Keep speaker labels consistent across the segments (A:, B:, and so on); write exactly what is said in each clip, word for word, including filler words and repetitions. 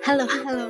A: Hello Hello，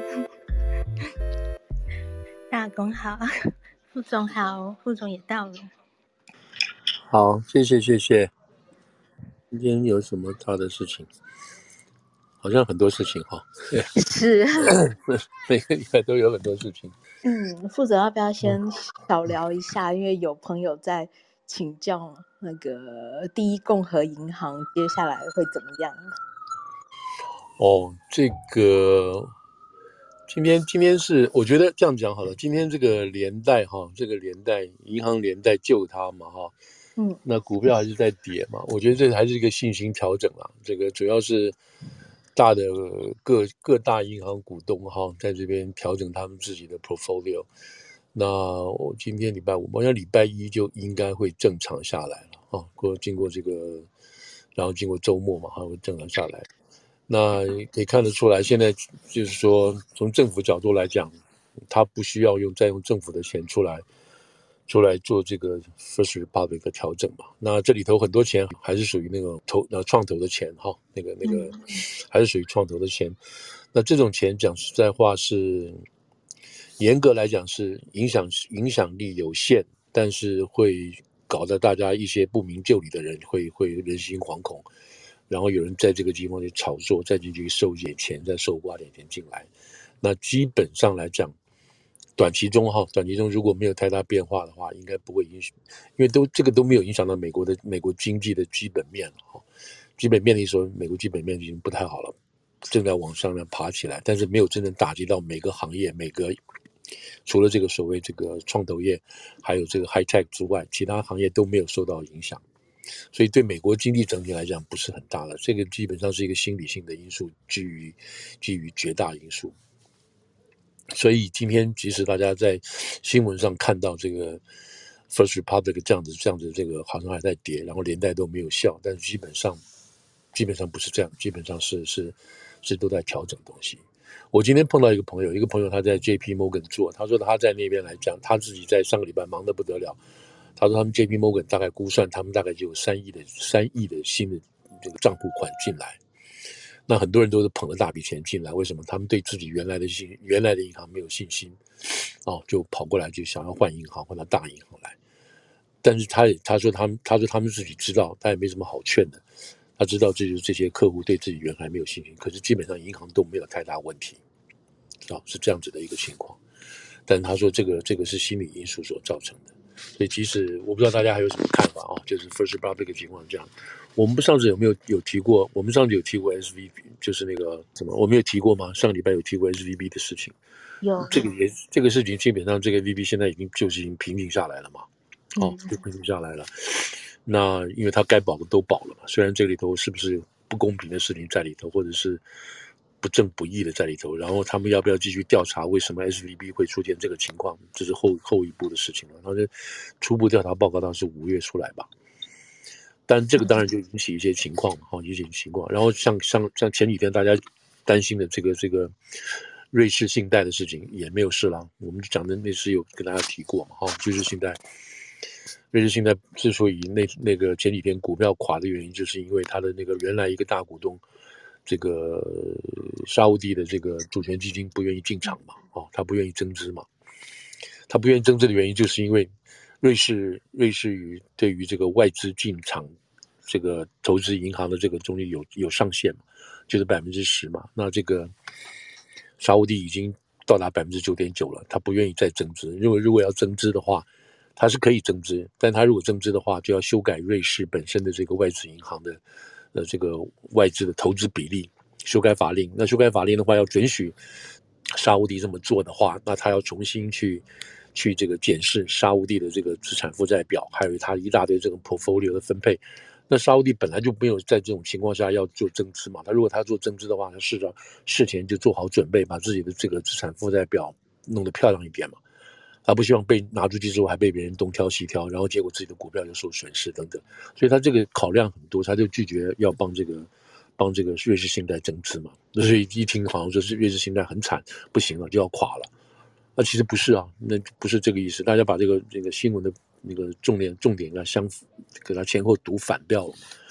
A: 大公好，副总好，副总也到了。
B: 好，谢谢谢谢。今天有什么大的事情？好像很多事情哈。
A: 是，
B: 每个礼拜都有很多事情。
A: 嗯，副总要不要先小聊一下？因为有朋友在请教那个第一共和银行接下来会怎么样？
B: 哦，这个今天今天是我觉得这样讲好了。今天这个连带哈，这个连带银行连带救它嘛哈，
A: 嗯，
B: 那股票还是在跌嘛。我觉得这还是一个信心调整啦。这个主要是大的各各大银行股东哈，在这边调整他们自己的 portfolio。那我今天礼拜五，我想礼拜一就应该会正常下来了啊。过经过这个，然后经过周末嘛，还会正常下来。那可以看得出来，现在就是说，从政府角度来讲，他不需要用再用政府的钱出来出来做这个 First Republic 的调整嘛。那这里头很多钱还是属于那个投呃创投的钱哈，那个那个还是属于创投的钱。那这种钱讲实在话是，严格来讲是影响影响力有限，但是会搞得大家一些不明就里的人会会人心惶恐。然后有人在这个地方去炒作，再进去收点钱，再收刮点钱进来。那基本上来讲，短期中哈，短期中如果没有太大变化的话，应该不会影响，因为都这个都没有影响到美国的美国经济的基本面了哈。基本面的时候，美国基本面已经不太好了，正在往上面爬起来，但是没有真正打击到每个行业，每个除了这个所谓这个创投业，还有这个 high tech 之外，其他行业都没有受到影响。所以对美国经济整体来讲不是很大了，这个基本上是一个心理性的因素，基于基于绝大因素。所以今天即使大家在新闻上看到这个 First Republic 这样子这样子这个好像还在跌，然后连带都没有效，但是基本上基本上不是这样，基本上是是是都在调整东西。我今天碰到一个朋友，一个朋友他在 J P Morgan 做，他说他在那边来讲，他自己在上个礼拜忙得不得了。他说他们 J P Morgan 大概估算他们大概就有三亿的三亿的新的这个账户款进来，那很多人都是捧了大笔钱进来，为什么？他们对自己原来的信原来的银行没有信心，哦，就跑过来就想要换银行，换到大银行来。但是他也他说他们他说他们自己知道，他也没什么好劝的。他知道这就是这些客户对自己原来没有信心，可是基本上银行都没有太大问题，啊、哦，是这样子的一个情况。但他说这个这个是心理因素所造成的。所以其实我不知道大家还有什么看法啊？就是 First Republic 的情况这样。我们上次有没有有提过？我们上次有提过 S V B， 就是那个什么，我们有提过吗？上个礼拜有提过 S V B 的事情。
A: 有
B: 这个也这个事情基本上这个 V B 现在已经就是已经平静下来了嘛，哦，就平静下来了。那因为他该保的都保了嘛，虽然这里头是不是不公平的事情在里头，或者是不正不义的在里头，然后他们要不要继续调查为什么 S V B 会出现这个情况，这是后后一步的事情了。然后初步调查报告当时五月出来吧，但这个当然就引起一些情况嘛，哈，引起情况。然后像像像前几天大家担心的这个这个瑞士信贷的事情也没有事了，我们讲的那次有跟大家提过嘛，哈，瑞士信贷。瑞士信贷之所以那那个前几天股票垮的原因，就是因为它的那个原来一个大股东，这个沙烏地的这个主权基金不愿意进场嘛，哦，他不愿意增资嘛，他不愿意增资的原因，就是因为瑞士瑞士与对于这个外资进场这个投资银行的这个中间有有上限嘛，就是百分之十嘛，那这个沙烏地已经到达百分之九点九了，他不愿意再增资，如果如果要增资的话。它是可以增资，但它如果增资的话，就要修改瑞士本身的这个外资银行的呃这个外资的投资比例，修改法令。那修改法令的话，要准许沙烏地这么做的话，那他要重新去去这个检视沙烏地的这个资产负债表，还有他一大堆这个 portfolio 的分配。那沙烏地本来就没有在这种情况下要做增资嘛，他如果他做增资的话，他事实事前就做好准备，把自己的这个资产负债表弄得漂亮一点嘛。他不希望被拿出去之后还被别人东挑西挑，然后结果自己的股票就受损失等等，所以他这个考量很多，他就拒绝要帮这个帮这个瑞士信贷增资嘛。所以一听好像说是瑞士信贷很惨，不行了就要垮了，那其实不是啊，那不是这个意思。大家把这个这个新闻的那个重点重点给它相给它前后读反掉了。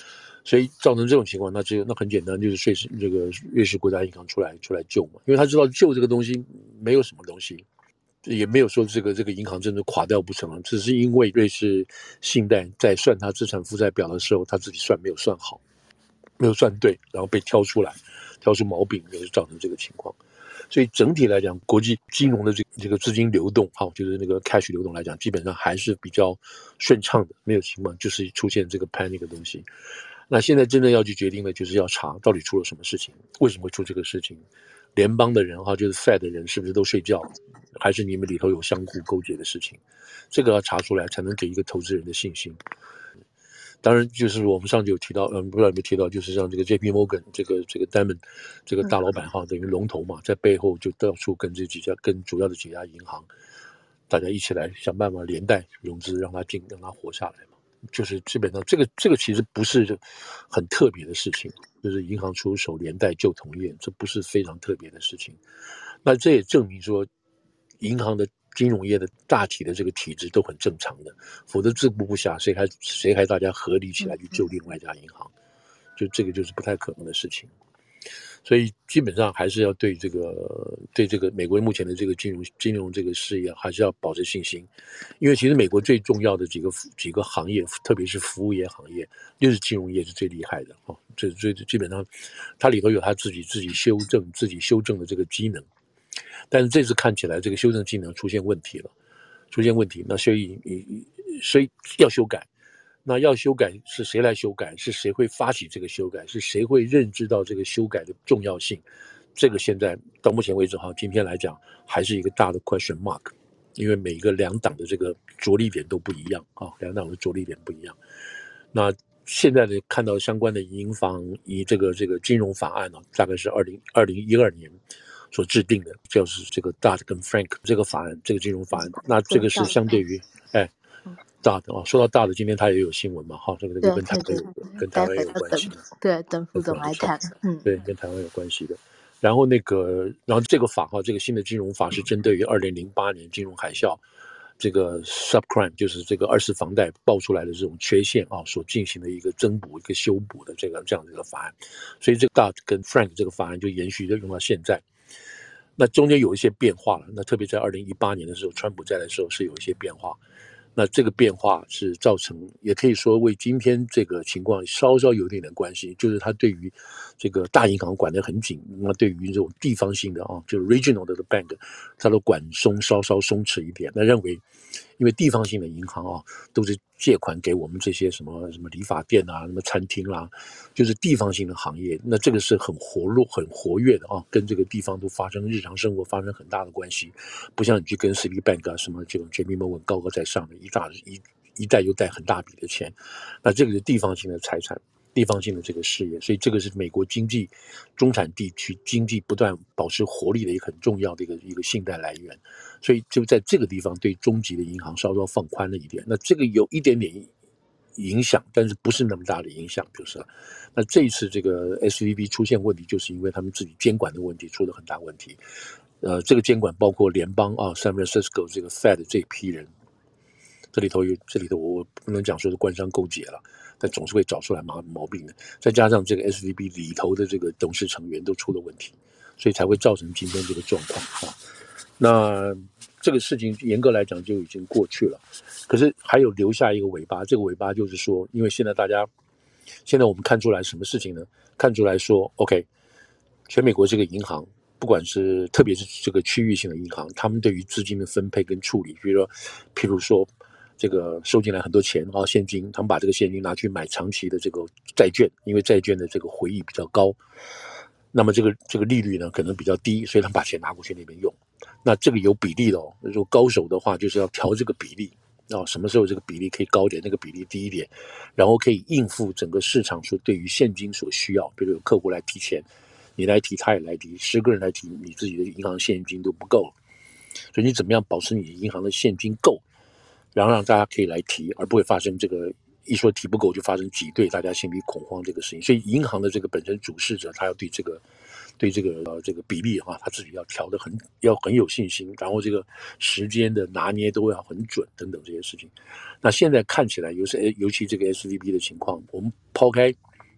B: 所以造成这种情况，那只有那很简单，就是瑞士这个瑞士国家银行出来出来救嘛，因为他知道救这个东西没有什么东西，也没有说这个这个银行真的垮掉不成了，只是因为瑞士信贷在算他资产负债表的时候，他自己算没有算好，没有算对，然后被挑出来，挑出毛病，就是造成这个情况。所以整体来讲，国际金融的这这个资金流动，好，就是那个 cash 流动来讲，基本上还是比较顺畅的，没有情况，就是出现这个 panic 的东西。那现在真正要去决定的，就是要查到底出了什么事情，为什么会出这个事情？联邦的人哈，就是 Fed 的人是不是都睡觉，还是你们里头有相互勾结的事情？这个要查出来，才能给一个投资人的信心。当然，就是我们上集有提到，嗯，不知道有没有提到，就是像这个 J P Morgan 这个这个 Diamond 这个大老板哈，等于龙头嘛，在背后就到处跟这几家、跟主要的几家银行，大家一起来想办法连带融资，让它进，让它活下来嘛。就是基本上这个这个其实不是很特别的事情，就是银行出手连带救同业，这不是非常特别的事情。那这也证明说，银行的金融业的大体的这个体制都很正常的，否则自顾不暇，谁还谁还大家合力起来去救另外一家银行？就这个就是不太可能的事情。所以基本上还是要对这个对这个美国目前的这个金融金融这个事业还是要保持信心，因为其实美国最重要的几个几个行业，特别是服务业行业，就是金融业是最厉害的哦。这这基本上它里头有它自己自己修正自己修正的这个机能，但是这次看起来这个修正机能出现问题了，出现问题，那所以所以要修改。那要修改是谁来修改？是谁会发起这个修改？是谁会认知到这个修改的重要性？这个现在到目前为止哈，今天来讲还是一个大的 question mark， 因为每个两党的这个着力点都不一样啊，两党的着力点不一样。那现在的看到相关的银行以这个这个金融法案呢、啊，大概是二零二零一二年所制定的，就是这个 Dodd 跟 Frank 这个法案，这个金融法案。那这个是相对于哎。大的啊，说到大的，今天他也有新闻嘛，哈，这个这个跟台湾有跟台湾有关系的，
A: 对，等副总来谈，嗯，
B: 对，跟台湾有关系的。然后那个，然后这个法哈，这个新的金融法是针对于二零零八年金融海啸，这个 subprime 就是这个二次房贷爆出来的这种缺陷啊，所进行的一个增补、一个修补的这个这样的一个法案。所以这个 Dodd 跟 Frank 这个法案就延续着用到现在。那中间有一些变化了，那特别在二零一八年的时候，川普在的时候是有一些变化。那这个变化是造成，也可以说为今天这个情况稍稍有一点点关系，就是他对于这个大银行管得很紧，那对于这种地方性的啊，就是 regional 的 bank， 它的管松稍稍松弛一点。那认为，因为地方性的银行啊，都是借款给我们这些什么什么理发店啊、什么餐厅啦、啊，就是地方性的行业，那这个是很活络、很活跃的啊，跟这个地方都发生日常生活发生很大的关系，不像你去跟 Citibank 啊什么这种 J P Morgan 高高在上的一大一一贷又贷很大笔的钱，那这个是地方性的财产。地方性的这个事业，所以这个是美国经济中产地区经济不断保持活力的一个很重要的一个一个信贷来源，所以就在这个地方对中级的银行稍稍放宽了一点，那这个有一点点影响，但是不是那么大的影响，就是了。那这一次这个 S V B 出现问题，就是因为他们自己监管的问题出了很大问题。呃，这个监管包括联邦啊 ，San Francisco 这个 Fed 这一批人，这里头有这里头我不能讲说是官商勾结了。但总是会找出来毛毛病的，再加上这个 S V B 里头的这个董事成员都出了问题，所以才会造成今天这个状况啊。那这个事情严格来讲就已经过去了，可是还有留下一个尾巴，这个尾巴就是说，因为现在大家现在我们看出来什么事情呢？看出来说 ，OK， 全美国这个银行，不管是特别是这个区域性的银行，他们对于资金的分配跟处理，比如说，譬如说。这个收进来很多钱啊，现金，他们把这个现金拿去买长期的这个债券，因为债券的这个回益比较高，那么这个这个利率呢可能比较低，所以他们把钱拿过去那边用。那这个有比例的哦，如果高手的话就是要调这个比例啊，什么时候这个比例可以高一点，那个比例低一点，然后可以应付整个市场所对于现金所需要，比如有客户来提钱，你来提，他也来提，十个人来提，你自己的银行现金都不够，所以你怎么样保持你银行的现金够？然后让大家可以来提，而不会发生这个一说提不够就发生挤兑，大家心里恐慌这个事情。所以银行的这个本身主事者，他要对这个对这个呃这个比例啊，他自己要调得很要很有信心，然后这个时间的拿捏都要很准等等这些事情。那现在看起来，尤其尤其这个 S V B 的情况，我们抛开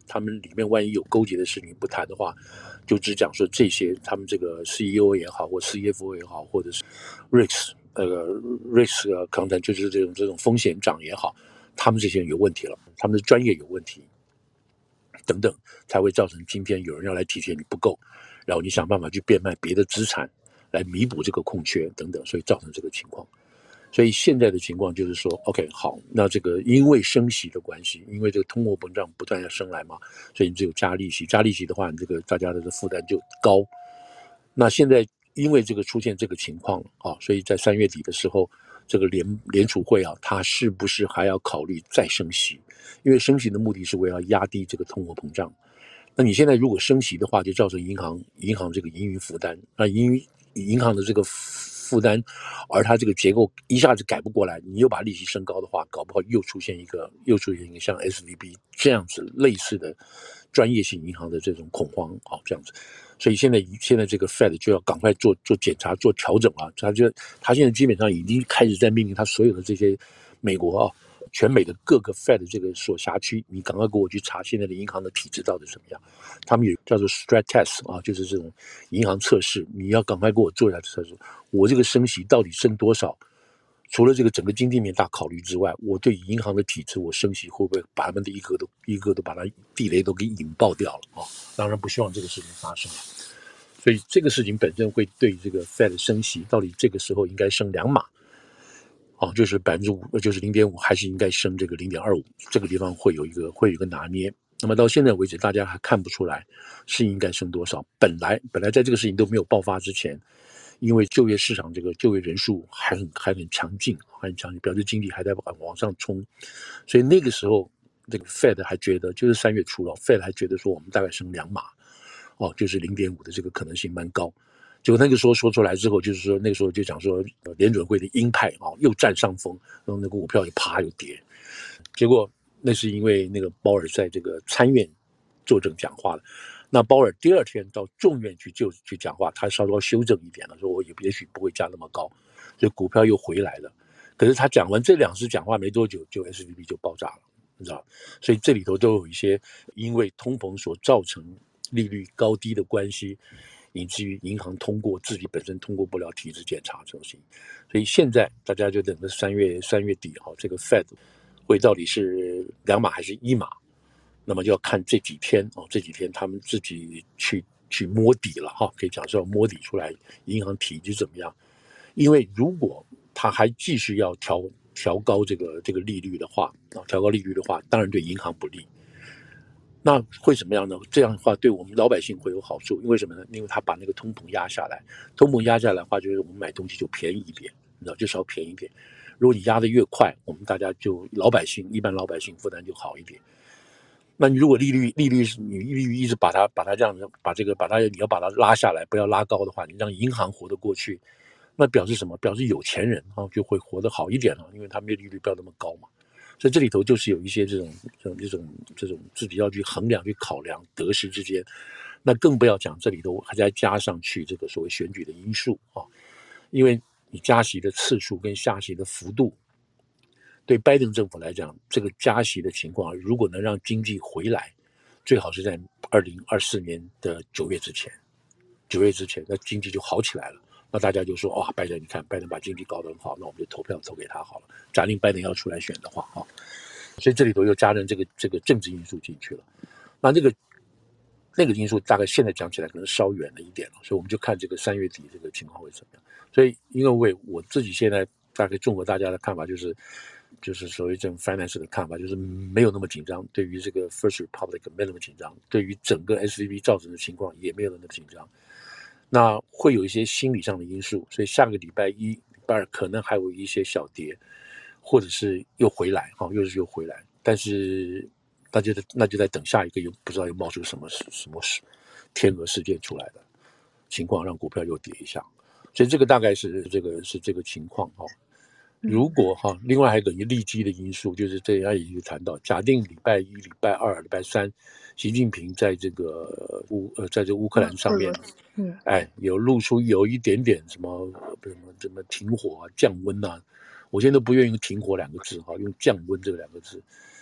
B: 他们里面万一有勾结的事情不谈的话，就只讲说这些他们这个 C E O 也好，或 C F O 也好，或者是 risk 呃 risk content 就是这种这种风险长也好，他们这些人有问题了，他们的专业有问题等等，才会造成今天有人要来体现你不够，然后你想办法去变卖别的资产来弥补这个空缺等等，所以造成这个情况。所以现在的情况就是说 OK 好，那这个因为升息的关系，因为这个通货膨胀不断要升来嘛，所以你只有加利息，加利息的话，你这个大家的负担就高。那现在因为这个出现这个情况啊，所以在三月底的时候，这个联联储会啊，它是不是还要考虑再升息？因为升息的目的是为了压低这个通货膨胀。那你现在如果升息的话，就造成银行银行这个盈余负担，那盈银行的这个负担，而它这个结构一下子改不过来，你又把利息升高的话，搞不好又出现一个又出现一个像 S V B 这样子类似的专业性银行的这种恐慌啊，这样子。所以现在现在这个 Fed 就要赶快做做检查做调整了，他就他现在基本上已经开始在命令他所有的这些美国啊。全美的各个 Fed 这个所辖区，你赶快给我去查现在的银行的体制到底怎么样。他们有叫做 stress test 啊，就是这种银行测试，你要赶快给我做一下测试。我这个升息到底升多少？除了这个整个经济面大考虑之外，我对银行的体制，我升息会不会把他们的一个都一个都把它地雷都给引爆掉了啊？当然不希望这个事情发生。所以这个事情本身会对这个 Fed 升息到底这个时候应该升两码。哦，就是百分之五，就是零点五，还是应该升这个零点二五，这个地方会有一个会有一个拿捏。那么到现在为止，大家还看不出来是应该升多少。本来本来在这个事情都没有爆发之前，因为就业市场这个就业人数还很还很强劲，还很强劲，表示经济还在往往上冲，所以那个时候这个 Fed 还觉得，就是三月初了 ，Fed 还觉得说我们大概升两码，哦，就是零点五的这个可能性蛮高。结果那个时候说出来之后，就是说那个时候就讲说，呃，联准会的鹰派啊、哦、又占上风，然后那个股票就啪又跌。结果那是因为那个鲍尔在这个参院作证讲话了，那鲍尔第二天到众院去就去讲话，他稍稍修正一点了，说我也也许不会加那么高，所以股票又回来了。可是他讲完这两次讲话没多久，就 S V B 就爆炸了，你知道？所以这里头都有一些因为通膨所造成利率高低的关系。以至于银行通过自己本身通过不了体制检查这种事情，所以现在大家就等着三月三月底哈、哦，这个 Fed 会到底是两码还是一码，那么就要看这几天哦，这几天他们自己去去摸底了哈、哦，可以讲是要摸底出来银行体制怎么样，因为如果他还继续要调调高这个这个利率的话啊，调高利率的话，当然对银行不利。那会怎么样呢？这样的话对我们老百姓会有好处，因为什么呢？因为他把那个通膨压下来，通膨压下来的话，就是我们买东西就便宜一点，你知道，就稍便宜一点。如果你压得越快，我们大家就老百姓一般老百姓负担就好一点。那你如果利率利率你利率一直把它把它这样子把这个把它你要把它拉下来，不要拉高的话，你让银行活得过去，那表示什么？表示有钱人啊就会活得好一点了，因为他们的利率不要那么高嘛。所以这里头就是有一些这种这种这种这种自己要去衡量、去考量得失之间，那更不要讲这里头还再加上去这个所谓选举的因素啊，因为你加息的次数跟下息的幅度，对拜登政府来讲，这个加息的情况如果能让经济回来，最好是在二零二四年的九月之前，九月之前，那经济就好起来了。那大家就说哇、哦，拜登，你看拜登把经济搞得很好，那我们就投票投给他好了。假定拜登要出来选的话啊、哦，所以这里头又加上这个这个政治因素进去了。那这个那个因素大概现在讲起来可能稍远了一点了，所以我们就看这个三月底这个情况会怎么样。所以因为我自己现在大概综合大家的看法，就是就是所谓这种 finance 的看法，就是没有那么紧张，对于这个 First Republic 没有那么紧张，对于整个 S V B 造成的情况也没有那么紧张。那会有一些心理上的因素，所以下个礼拜一、礼拜二可能还有一些小跌，或者是又回来，哈、哦，又是又回来，但是那就那就在等下一个，又不知道又冒出什么什么天鹅事件出来的情况，让股票又跌一下，所以这个大概是这个是这个情况哈、哦。如果哈，另外还有一个利基的因素，就是这样也就谈到，假定礼拜一、礼拜二、礼拜三，习近平在这个乌呃，在这乌克兰上面，嗯，哎，有露出有一点点什么什么什么停火啊、降温啊，我现在都不愿意用停火两个字哈，用降温这两个字，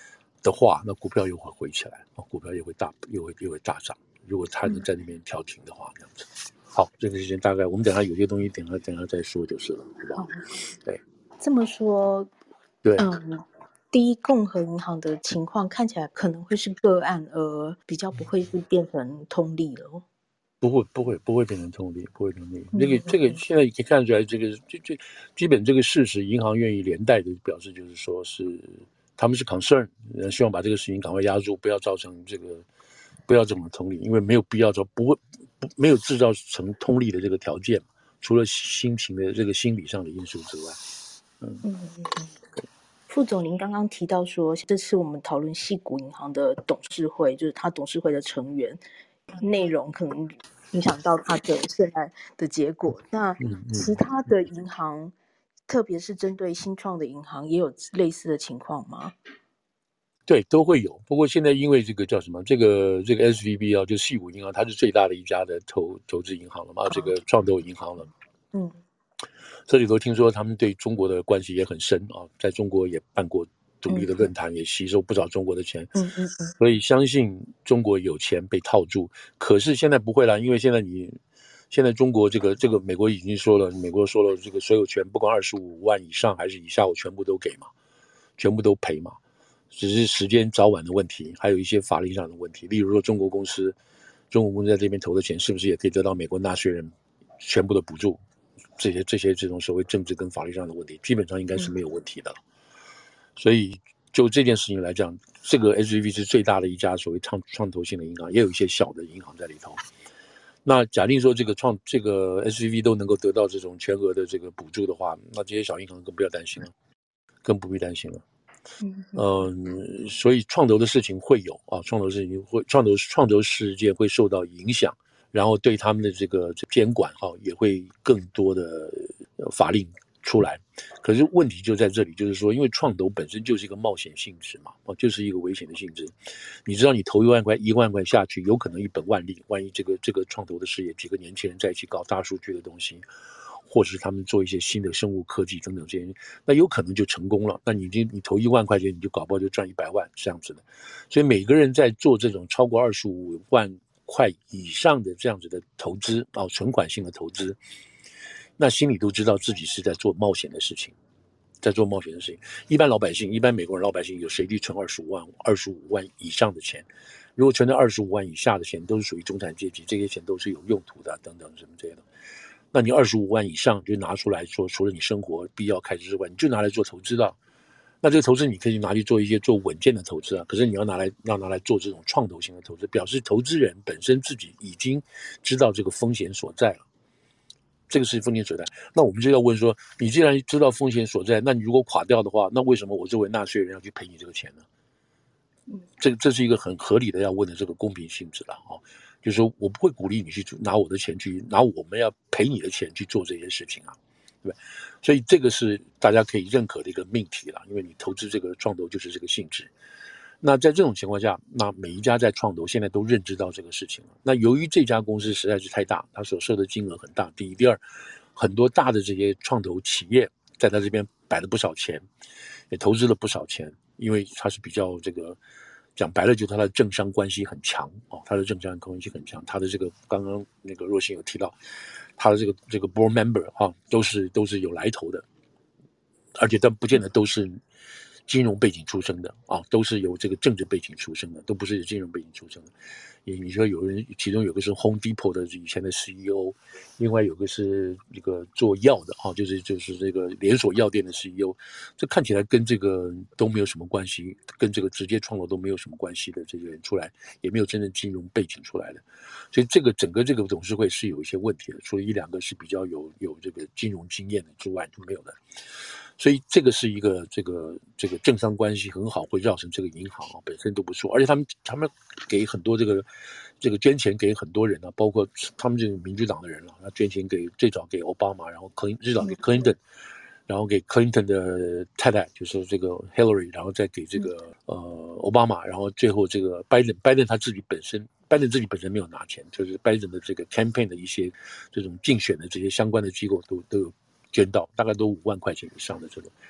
B: 的话，那股票又会回起来，股票也会大又会又会大涨。如果它能在那边调停的话，这样子。好，这个时间大概我们等下有些东西等下等下再说就是了，好不好？对，
A: 这么说，
B: 对，
A: 嗯，第一共和银行的情况看起来可能会是个案，而比较不会是变成通例了。
B: 不会，不会，不会变成通例，不会通例。这个，这个现在已经看出来，这个，这这基本这个事实，银行愿意连带的表示，就是说是他们是 concern， 希望把这个事情赶快压住，不要造成这个，不要这么通例，因为没有必要做，不会，不没有制造成通例的这个条件，除了心情的这个心理上的因素之外，嗯嗯
A: 嗯。副总，您刚刚提到说，这次我们讨论矽谷银行的董事会，就是他董事会的成员，内容可能影响到他的现在的结果。那其他的银行，特别是针对新创的银行，也有类似的情况吗？
B: 对，都会有。不过现在因为这个叫什么，这个这个 S V B 啊，就矽谷银行，它是最大的一家的投投资银行了嘛，这个创投银行了。嗯。这里头听说他们对中国的关系也很深啊，在中国也办过独立的论坛，嗯、也吸收不少中国的钱。嗯嗯嗯。所以相信中国有钱被套住，可是现在不会了，因为现在你现在中国这个这个美国已经说了，美国说了这个所有权不管二十五万以上还是以下，我全部都给嘛，全部都赔嘛，只是时间早晚的问题，还有一些法律上的问题，例如说中国公司，中国公司在这边投的钱是不是也可以得到美国纳税人全部的补助？这些这些这种所谓政治跟法律上的问题，基本上应该是没有问题的。嗯、所以就这件事情来讲，这个 H V B 是最大的一家所谓创创投性的银行，也有一些小的银行在里头。那假定说这个创这个 H V B 都能够得到这种全额的这个补助的话，那这些小银行更不要担心了，更不必担心了。嗯嗯，所以创投的事情会有啊，创投事情会创投创投事件会受到影响。然后对他们的这个监管哈也会更多的法令出来，可是问题就在这里，就是说，因为创投本身就是一个冒险性质嘛，哦，就是一个危险的性质。你知道，你投一万块，一万块下去，有可能一本万利。万一这个这个创投的事业，几个年轻人在一起搞大数据的东西，或是他们做一些新的生物科技等等这些，那有可能就成功了。那你你你投一万块钱，你就搞不好就赚一百万这样子的。所以每个人在做这种超过二十五万块以上的这样子的投资啊、哦，存款性的投资，那心里都知道自己是在做冒险的事情，在做冒险的事情。一般老百姓，一般美国人老百姓，有谁去存二十五万、二十五万以上的钱？如果存到二十五万以下的钱，都是属于中产阶级，这些钱都是有用途的，等等什么之类的。那你二十五万以上就拿出来说，除了你生活必要开支之外，你就拿来做投资的。那这个投资你可以拿去做一些做稳健的投资啊，可是你要拿来要拿来做这种创投型的投资，表示投资人本身自己已经知道这个风险所在了，这个是风险所在。那我们就要问说，你既然知道风险所在，那你如果垮掉的话，那为什么我作为纳税人要去赔你这个钱呢？这这是一个很合理的要问的这个公平性质了啊，就是说我不会鼓励你去拿我的钱去拿我们要赔你的钱去做这些事情啊。对吧？所以这个是大家可以认可的一个命题了，因为你投资这个创投就是这个性质。那在这种情况下，那每一家在创投现在都认知到这个事情了。那由于这家公司实在是太大，它所涉的金额很大，第一，第二，很多大的这些创投企业在它这边摆了不少钱，也投资了不少钱，因为它是比较这个。讲白了，就他的政商关系很强哦，他的政商关系很强，他的这个刚刚那个若星有提到，他的这个这个 board member 哈、哦，都是都是有来头的，而且但不见得都是金融背景出身的啊、哦，都是有这个政治背景出身的，都不是有金融背景出身的。你你说有人，其中有个是 Home Depot 的以前的 C E O， 另外有个是一个做药的啊，就是就是这个连锁药店的 C E O， 这看起来跟这个都没有什么关系，跟这个直接创投都没有什么关系的这些人出来，也没有真正金融背景出来的，所以这个整个这个董事会是有一些问题的，除了一两个是比较有有这个金融经验的之外，就没有的。所以这个是一个这个这个政商关系很好，会造成这个银行啊本身都不错，而且他们他们给很多这个这个捐钱给很多人啊，包括他们这个民主党的人啊，他捐钱给最早给奥巴马，然后克林最早给克林顿，然后给克林顿的太太就是这个 Hillary， 然后再给这个呃奥巴马，然后最后这个拜登拜登他自己本身拜登自己本身没有拿钱，就是拜登的这个 campaign 的一些这种竞选的这些相关的机构都都有。捐到大概都五万块钱以上的这种，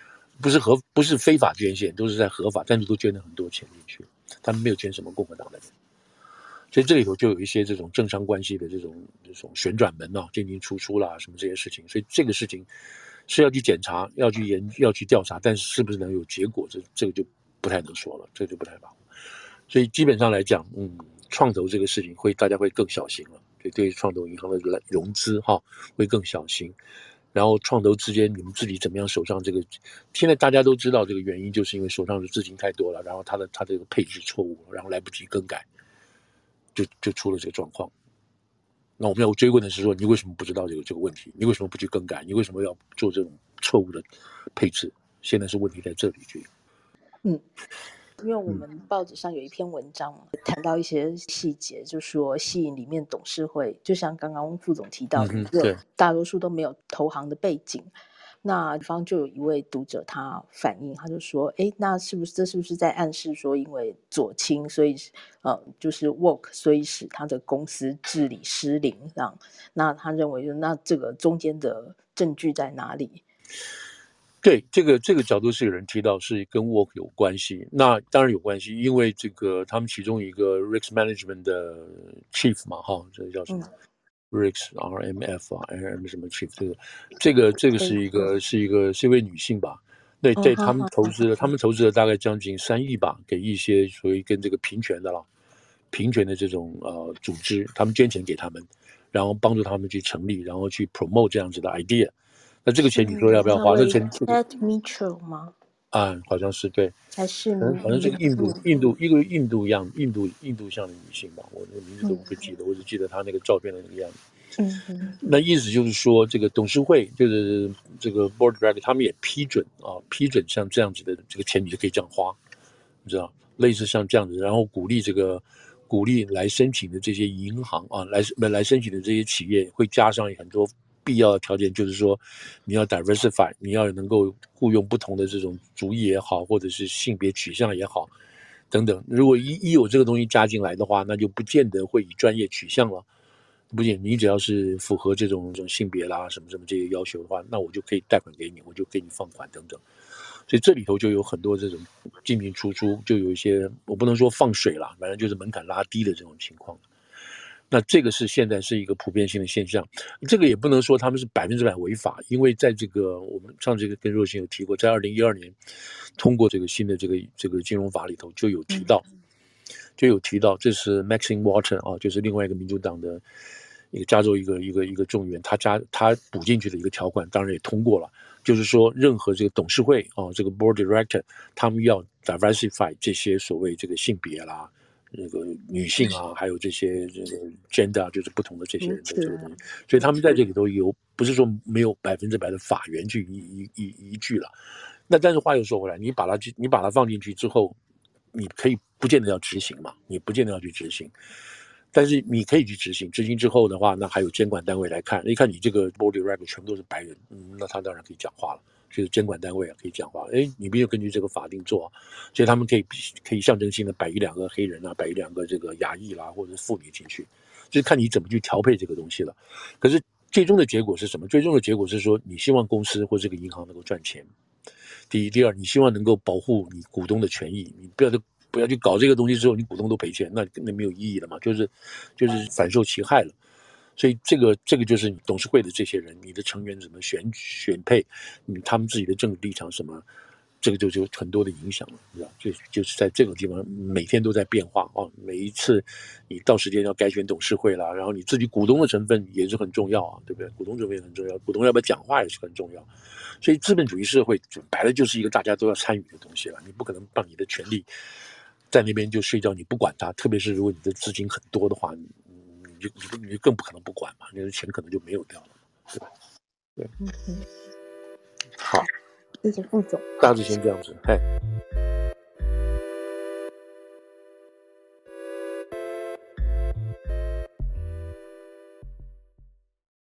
B: 不是合不是非法捐献，都是在合法，但是都捐了很多钱进去，他们没有捐什么共和党的人。所以这里头就有一些这种政商关系的这种这种旋转门啊，进进出出啦，什么这些事情。所以这个事情是要去检查，要去研，要去调查，但是是不是能有结果，这这个就不太能说了，这个就不太把握。所以基本上来讲，嗯，创投这个事情会大家会更小心了，对对，创投银行的融资哈会更小心。然后创投之间你们自己怎么样手上这个，现在大家都知道这个原因，就是因为手上的资金太多了，然后他的他这个配置错误，然后来不及更改。就就出了这个状况，那我们要追问的是说，你为什么不知道这个这个问题？你为什么不去更改？你为什么要做这种错误的配置？现在是问题在这里去。
A: 嗯，因为我们报纸上有一篇文章谈到一些细节，就说吸引里面董事会，就像刚刚副总提到的，
B: 嗯、对，
A: 大多数都没有投行的背景。那地方就有一位读者他反映，他就说，哎，那是不是这是不是在暗示说，因为左倾，所以呃就是 work， 所以使他的公司治理失灵这样？那他认为，那这个中间的证据在哪里？
B: 对，这个这个角度是有人提到是跟 work 有关系，那当然有关系，因为这个他们其中一个 risk management 的 chief 嘛，哈，这个叫什么？嗯Risk R M F 啊 ，R M 什么 chief 这个，这个这个是一个是一个是一位女性吧？对对，他们投资了，他们投资了大概将近三亿吧，给一些所谓跟这个平权的啦，平权的这种呃组织，他们捐钱给他们，然后帮助他们去成立，然后去 promote 这样子的 idea。那这个钱你说要不要花？那钱
A: Ted Mitchell 吗？
B: 啊，好像是对，
A: 还是
B: 好像是个印度印度一个印度样印度印度像的女性吧，我那个名字都不会记得，我只记得她那个照片的那个样子。
A: 嗯嗯，
B: 那意思就是说，这个董事会就是这个 board director 他们也批准啊，批准像这样子的这个钱你就可以这样花，你知道，类似像这样子，然后鼓励这个鼓励来申请的这些银行啊，来来申请的这些企业会加上很多必要的条件，就是说你要 diversify， 你要能够雇佣不同的这种族裔也好，或者是性别取向也好等等。如果一一有这个东西加进来的话，那就不见得会以专业取向了。不仅你只要是符合这种这种性别啦什么什么这些要求的话，那我就可以贷款给你，我就给你放款等等。所以这里头就有很多这种进进出出，就有一些我不能说放水啦，反正就是门槛拉低的这种情况。那这个是现在是一个普遍性的现象，这个也不能说他们是百分之百违法，因为在这个我们上这个跟若星有提过，在二零一二年通过这个新的这个这个金融法里头就有提到，就有提到，这是 Maxine Waters 啊，就是另外一个民主党的一个加州一个一个一个众议员，他加他补进去的一个条款，当然也通过了，就是说任何这个董事会啊，这个 board director 他们要 diversify 这些所谓这个性别啦。那个女性啊，还有这些这个 gender 就是不同的这些人的这个东西，所以他们在这里头有不是说没有百分之百的法源去依依依据了。那但是话又说回来，你把它你把它放进去之后，你可以不见得要执行嘛，你不见得要去执行，但是你可以去执行。执行之后的话，那还有监管单位来看，一看你这个 board director 全部都是白人，嗯，那他当然可以讲话了。就是监管单位啊，可以讲话。哎，你没有根据这个法定做、啊，所以他们可以可以象征性的摆一两个黑人啊，摆一两个这个亚裔啦，或者是妇女进去，就是看你怎么去调配这个东西了。可是最终的结果是什么？最终的结果是说，你希望公司或这个银行能够赚钱。第一，第二，你希望能够保护你股东的权益，你不要不要去搞这个东西之后，你股东都赔钱，那那没有意义了嘛，就是就是反受其害了。所以这个这个就是你董事会的这些人，你的成员怎么选选配，你他们自己的政治立场什么，这个就就很多的影响了，你知道，就就是在这个地方每天都在变化啊。每一次你到时间要改选董事会啦，然后你自己股东的成分也是很重要啊，对不对？股东成分也很重要，股东要不要讲话也是很重要。所以资本主义社会本来就是一个大家都要参与的东西了，你不可能把你的权利在那边就睡觉，你不管它，特别是如果你的资金很多的话。你就你就更不可能不管嘛，你的钱可能就没有掉了，对吧？对，嗯嗯，好，
A: 谢谢副总，
B: 大致先这样子，嗨。